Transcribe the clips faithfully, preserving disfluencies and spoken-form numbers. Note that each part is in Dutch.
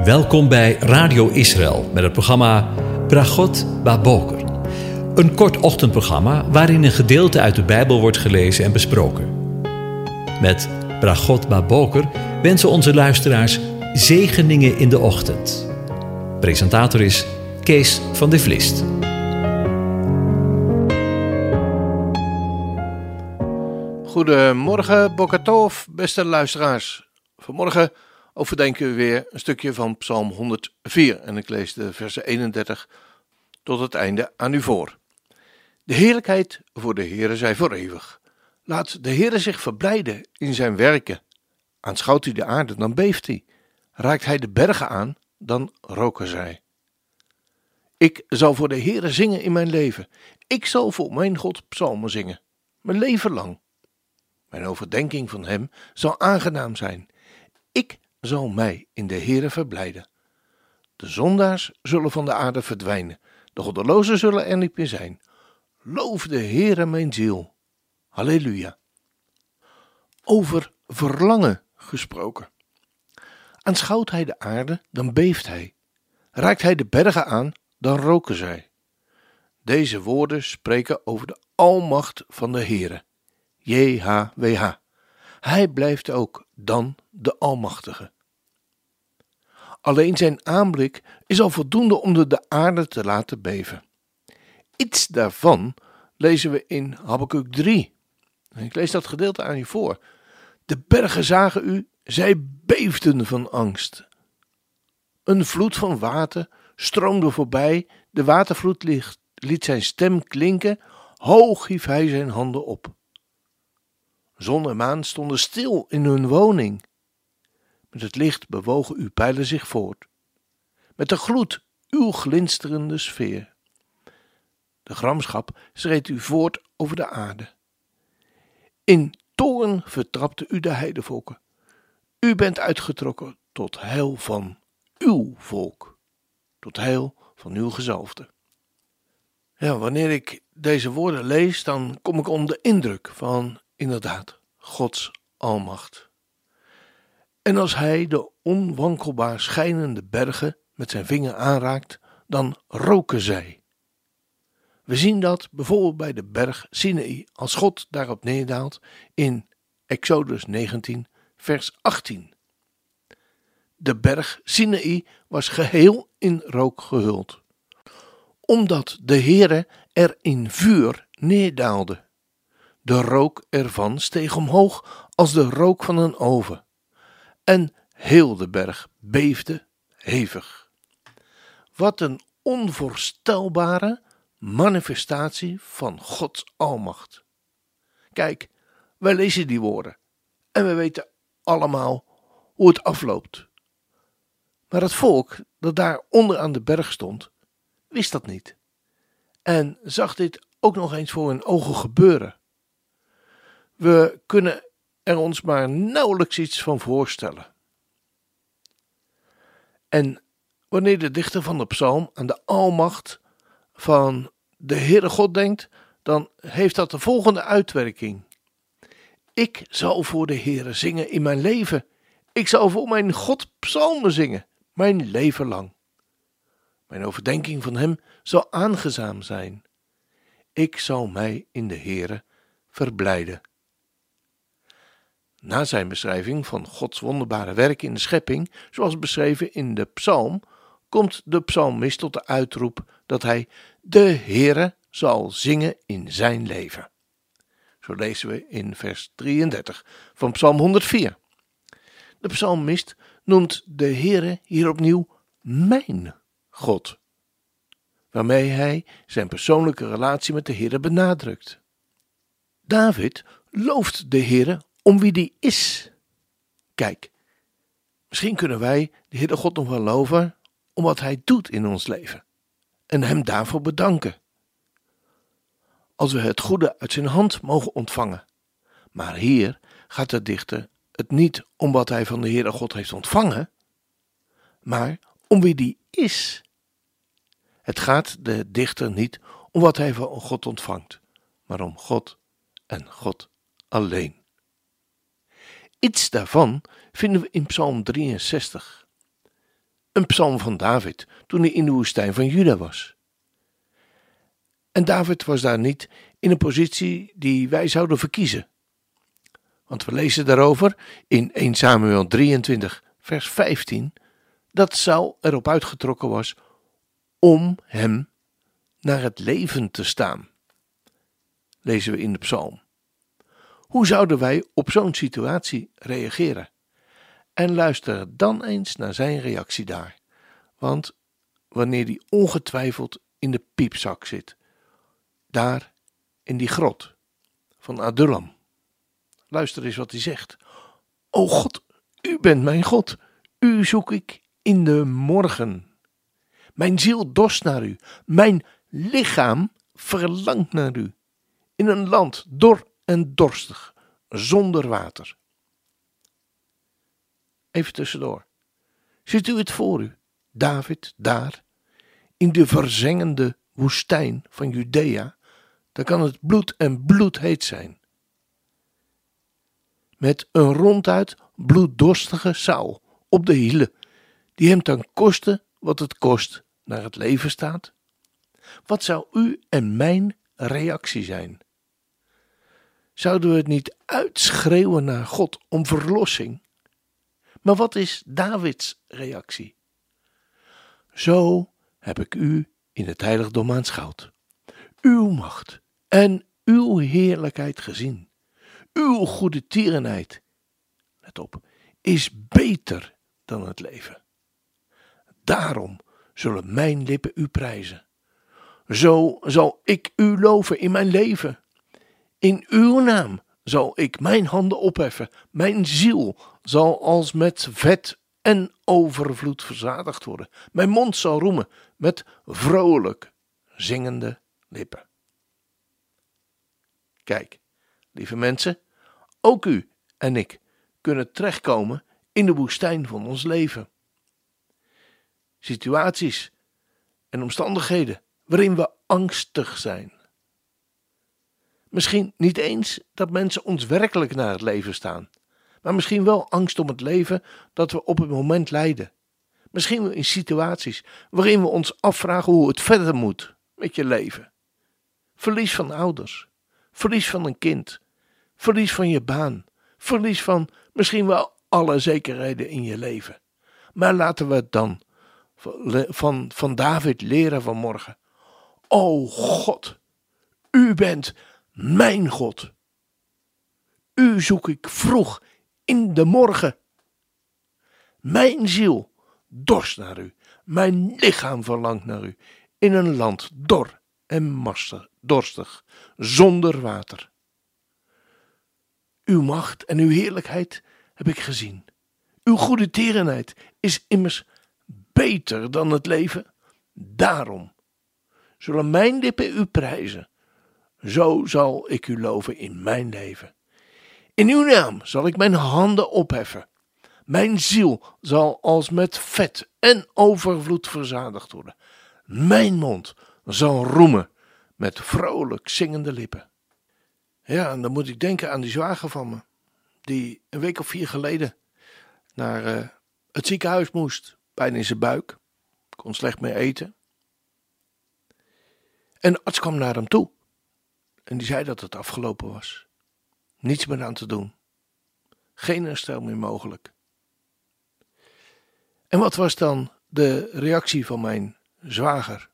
Welkom bij Radio Israël met het programma Brachot Baboker. Een kort ochtendprogramma waarin een gedeelte uit de Bijbel wordt gelezen en besproken. Met Brachot Baboker wensen onze luisteraars zegeningen in de ochtend. Presentator is Kees van de Vlist. Goedemorgen, Boker Tov, beste luisteraars. Vanmorgen overdenken we weer een stukje van Psalm honderdvier en ik lees de versen eenendertig tot het einde aan u voor. De heerlijkheid voor de Heere zij voor eeuwig. Laat de Heere zich verblijden in zijn werken. Aanschouwt hij de aarde, dan beeft hij. Raakt hij de bergen aan, dan roken zij. Ik zal voor de Heere zingen in mijn leven. Ik zal voor mijn God psalmen zingen, mijn leven lang. Mijn overdenking van hem zal aangenaam zijn. Ik zal mij in de Heere verblijden. De zondaars zullen van de aarde verdwijnen. De goddelozen zullen er niet meer zijn. Loof de Heere mijn ziel. Halleluja. Over verlangen gesproken. Aanschouwt hij de aarde, dan beeft hij. Raakt hij de bergen aan, dan roken zij. Deze woorden spreken over de almacht van de Heere. J H W H. Hij blijft ook dan de Almachtige. Alleen zijn aanblik is al voldoende om de aarde te laten beven. Iets daarvan lezen we in Habakuk drie. Ik lees dat gedeelte aan u voor. De bergen zagen u, zij beefden van angst. Een vloed van water stroomde voorbij, de watervloed liet zijn stem klinken, hoog hief hij zijn handen op. Zon en maan stonden stil in hun woning. Met het licht bewogen uw pijlen zich voort. Met de gloed uw glinsterende sfeer. De gramschap schreed u voort over de aarde. In toorn vertrapte u de heidevolken. U bent uitgetrokken tot heil van uw volk. Tot heil van uw gezalfde. Ja, wanneer ik deze woorden lees, dan kom ik onder de indruk van inderdaad Gods almacht. En als hij de onwankelbaar schijnende bergen met zijn vinger aanraakt, dan roken zij. We zien dat bijvoorbeeld bij de berg Sinaï, als God daarop neerdaalt in Exodus negentien, vers achttien. De berg Sinaï was geheel in rook gehuld, omdat de Heere er in vuur neerdaalde. De rook ervan steeg omhoog als de rook van een oven. En heel de berg beefde hevig. Wat een onvoorstelbare manifestatie van Gods almacht. Kijk, wij lezen die woorden en we weten allemaal hoe het afloopt. Maar het volk dat daar onder aan de berg stond, wist dat niet. En zag dit ook nog eens voor hun ogen gebeuren. We kunnen er ons maar nauwelijks iets van voorstellen. En wanneer de dichter van de psalm aan de almacht van de Heere God denkt, dan heeft dat de volgende uitwerking. Ik zal voor de Heere zingen in mijn leven. Ik zal voor mijn God psalmen zingen, mijn leven lang. Mijn overdenking van hem zal aangenaam zijn. Ik zal mij in de Heere verblijden. Na zijn beschrijving van Gods wonderbare werk in de schepping, zoals beschreven in de psalm, komt de psalmist tot de uitroep dat hij de Heere zal zingen in zijn leven. Zo lezen we in vers drieëndertig van psalm honderdvier. De psalmist noemt de Heere hier opnieuw mijn God, waarmee hij zijn persoonlijke relatie met de Heere benadrukt. David looft de Heere om wie die is. Kijk, misschien kunnen wij de Heere God nog wel loven om wat hij doet in ons leven en hem daarvoor bedanken. Als we het goede uit zijn hand mogen ontvangen. Maar hier gaat de dichter het niet om wat hij van de Heere God heeft ontvangen, maar om wie die is. Het gaat de dichter niet om wat hij van God ontvangt, maar om God en God alleen. Iets daarvan vinden we in Psalm drieënzestig. een psalm van David toen hij in de woestijn van Juda was. En David was daar niet in een positie die wij zouden verkiezen. Want we lezen daarover in eerste Samuel drieëntwintig vers vijftien dat Saul erop uitgetrokken was om hem naar het leven te staan. Lezen we in de psalm. Hoe zouden wij op zo'n situatie reageren? En luister dan eens naar zijn reactie daar. Want wanneer hij ongetwijfeld in de piepzak zit, daar in die grot van Adullam. Luister eens wat hij zegt. O God, u bent mijn God. U zoek ik in de morgen. Mijn ziel dorst naar u. Mijn lichaam verlangt naar u. In een land dor en dorstig, zonder water. Even tussendoor. Ziet u het voor u? David daar, in de verzengende woestijn van Judea, dan kan het bloed en bloedheet zijn. Met een ronduit bloeddorstige Saul op de hielen, die hem ten koste wat het kost naar het leven staat. Wat zou u en mijn reactie zijn? Zouden we het niet uitschreeuwen naar God om verlossing? Maar wat is Davids reactie? Zo heb ik u in het heiligdom aanschouwd, uw macht en uw heerlijkheid gezien. Uw goede tierenheid, let op, is beter dan het leven. Daarom zullen mijn lippen u prijzen. Zo zal ik u loven in mijn leven. In uw naam zal ik mijn handen opheffen. Mijn ziel zal als met vet en overvloed verzadigd worden. Mijn mond zal roemen met vrolijk zingende lippen. Kijk, lieve mensen, ook u en ik kunnen terechtkomen in de woestijn van ons leven. Situaties en omstandigheden waarin we angstig zijn. Misschien niet eens dat mensen ons werkelijk naar het leven staan, maar misschien wel angst om het leven dat we op het moment leiden. Misschien wel in situaties waarin we ons afvragen hoe het verder moet met je leven. Verlies van ouders, verlies van een kind, verlies van je baan, verlies van misschien wel alle zekerheden in je leven. Maar laten we het dan van, van David leren vanmorgen. O God, u bent mijn God. U zoek ik vroeg in de morgen. Mijn ziel dorst naar u, mijn lichaam verlangt naar u, in een land dor en marstig, dorstig, zonder water. Uw macht en uw heerlijkheid heb ik gezien. Uw goede tierenheid is immers beter dan het leven. Daarom zullen mijn lippen u prijzen. Zo zal ik u loven in mijn leven. In uw naam zal ik mijn handen opheffen. Mijn ziel zal als met vet en overvloed verzadigd worden. Mijn mond zal roemen met vrolijk zingende lippen. Ja, en dan moet ik denken aan die zwager van me, die een week of vier geleden naar uh, het ziekenhuis moest, pijn in zijn buik, kon slecht meer eten. En de arts kwam naar hem toe en die zei dat het afgelopen was. Niets meer aan te doen. Geen herstel meer mogelijk. En wat was dan de reactie van mijn zwager?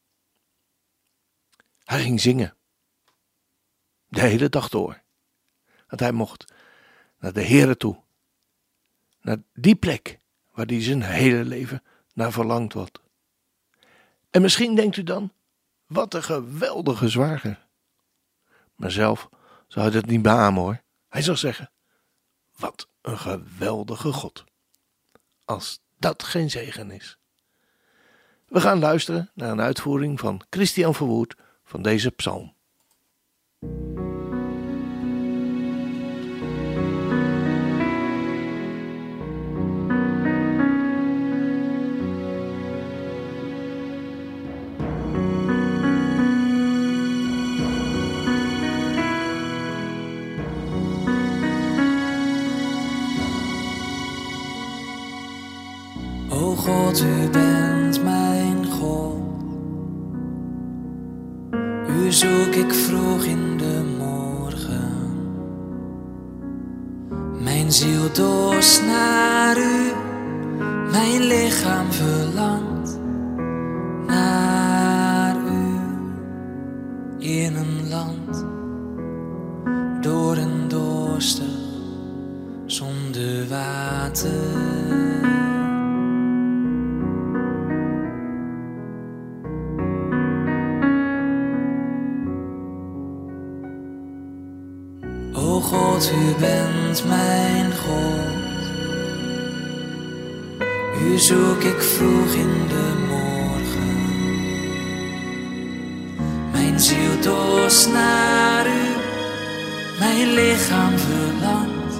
Hij ging zingen. De hele dag door. Want hij mocht naar de Here toe. Naar die plek waar hij zijn hele leven naar verlangd had. En misschien denkt u dan, wat een geweldige zwager. Maar zelf zou hij dat niet beamen hoor. Hij zou zeggen, wat een geweldige God. Als dat geen zegen is. We gaan luisteren naar een uitvoering van Christian Verwoerd van deze psalm. O God, God, u bent mijn God. U zoek ik vroeg in de morgen. Mijn ziel dorst naar u, mijn lichaam verlangt naar u. In een land door en dorstig, zonder water. O God, u bent mijn God. U zoek ik vroeg in de morgen. Mijn ziel dorst naar u, mijn lichaam verlangt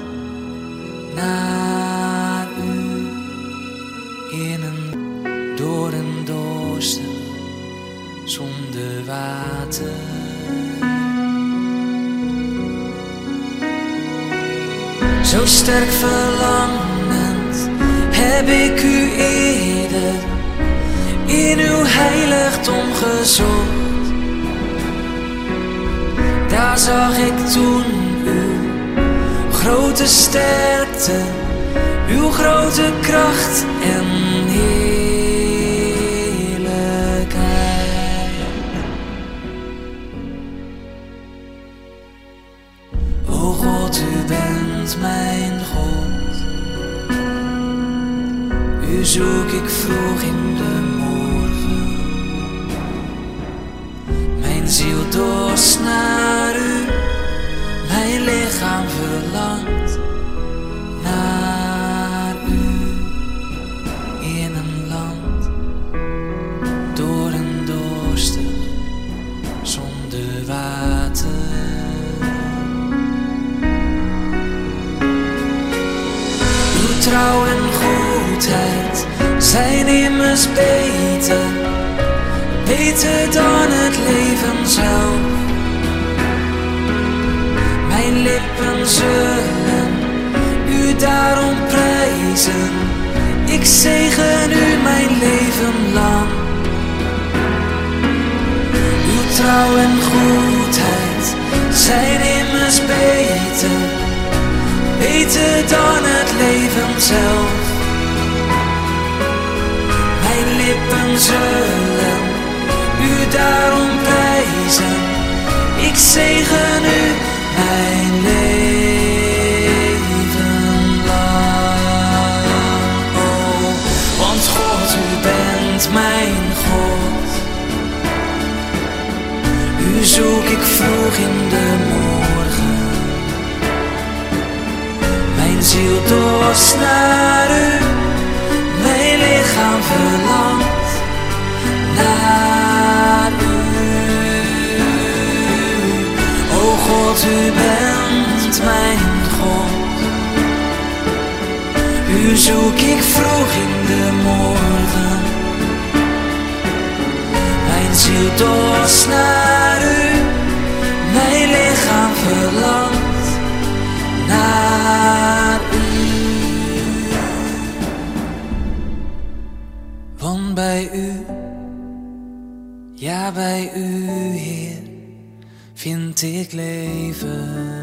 naar u. In een door en dorstig, zonder water. Zo sterk verlangend heb ik u eerder in uw heiligdom gezocht. Daar zag ik toen uw grote sterkte, uw grote kracht en heerlijkheid. O God, u bent mijn God. U zoek ik vroeg in de morgen. Mijn ziel dorst naar u, mijn lichaam verlangt naar u. In een land door en dorstig, zonder water. Uw trouw en goedheid zijn immers beter, beter dan het leven zelf. Mijn lippen zullen u daarom prijzen, ik zegen u mijn leven lang. Uw trouw en goedheid zijn immers beter, beter dan het leven zelf. Mijn lippen zullen u daarom prijzen, ik zegen u mijn leven lang. Oh, want God, u bent mijn God. U zoek ik vroeg in de morgen. Mijn ziel dorst naar u, mijn lichaam verlangt naar u. O God, u bent mijn God. U zoek ik vroeg in de morgen. Mijn ziel dorst naar u, mijn lichaam verlangt naar u. Want bij u, ja bij u, Heer, vind ik leven.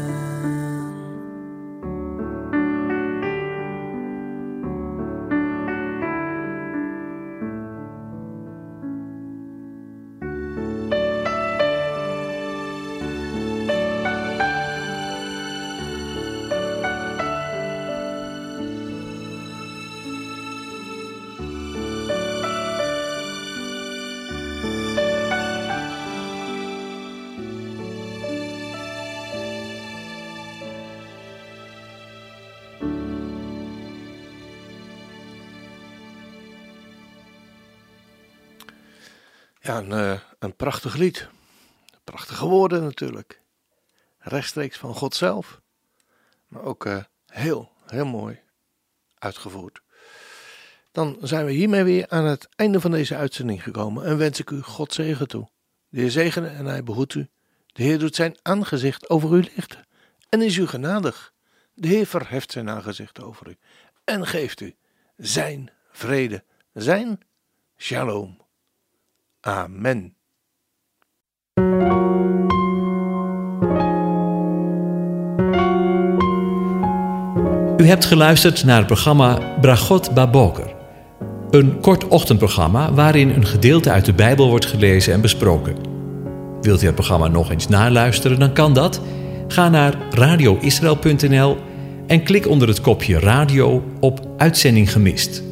Ja, een, uh, een prachtig lied. Prachtige woorden natuurlijk. Rechtstreeks van God zelf. Maar ook uh, heel, heel mooi uitgevoerd. Dan zijn we hiermee weer aan het einde van deze uitzending gekomen. En wens ik u God zegen toe. De Heer zegene en hij behoedt u. De Heer doet zijn aangezicht over u lichten. En is u genadig. De Heer verheft zijn aangezicht over u. En geeft u zijn vrede zijn shalom. Amen. U hebt geluisterd naar het programma Bragot Baboker. Een kort ochtendprogramma waarin een gedeelte uit de Bijbel wordt gelezen en besproken. Wilt u het programma nog eens naluisteren, dan kan dat. Ga naar radio israël punt n l en klik onder het kopje radio op Uitzending gemist.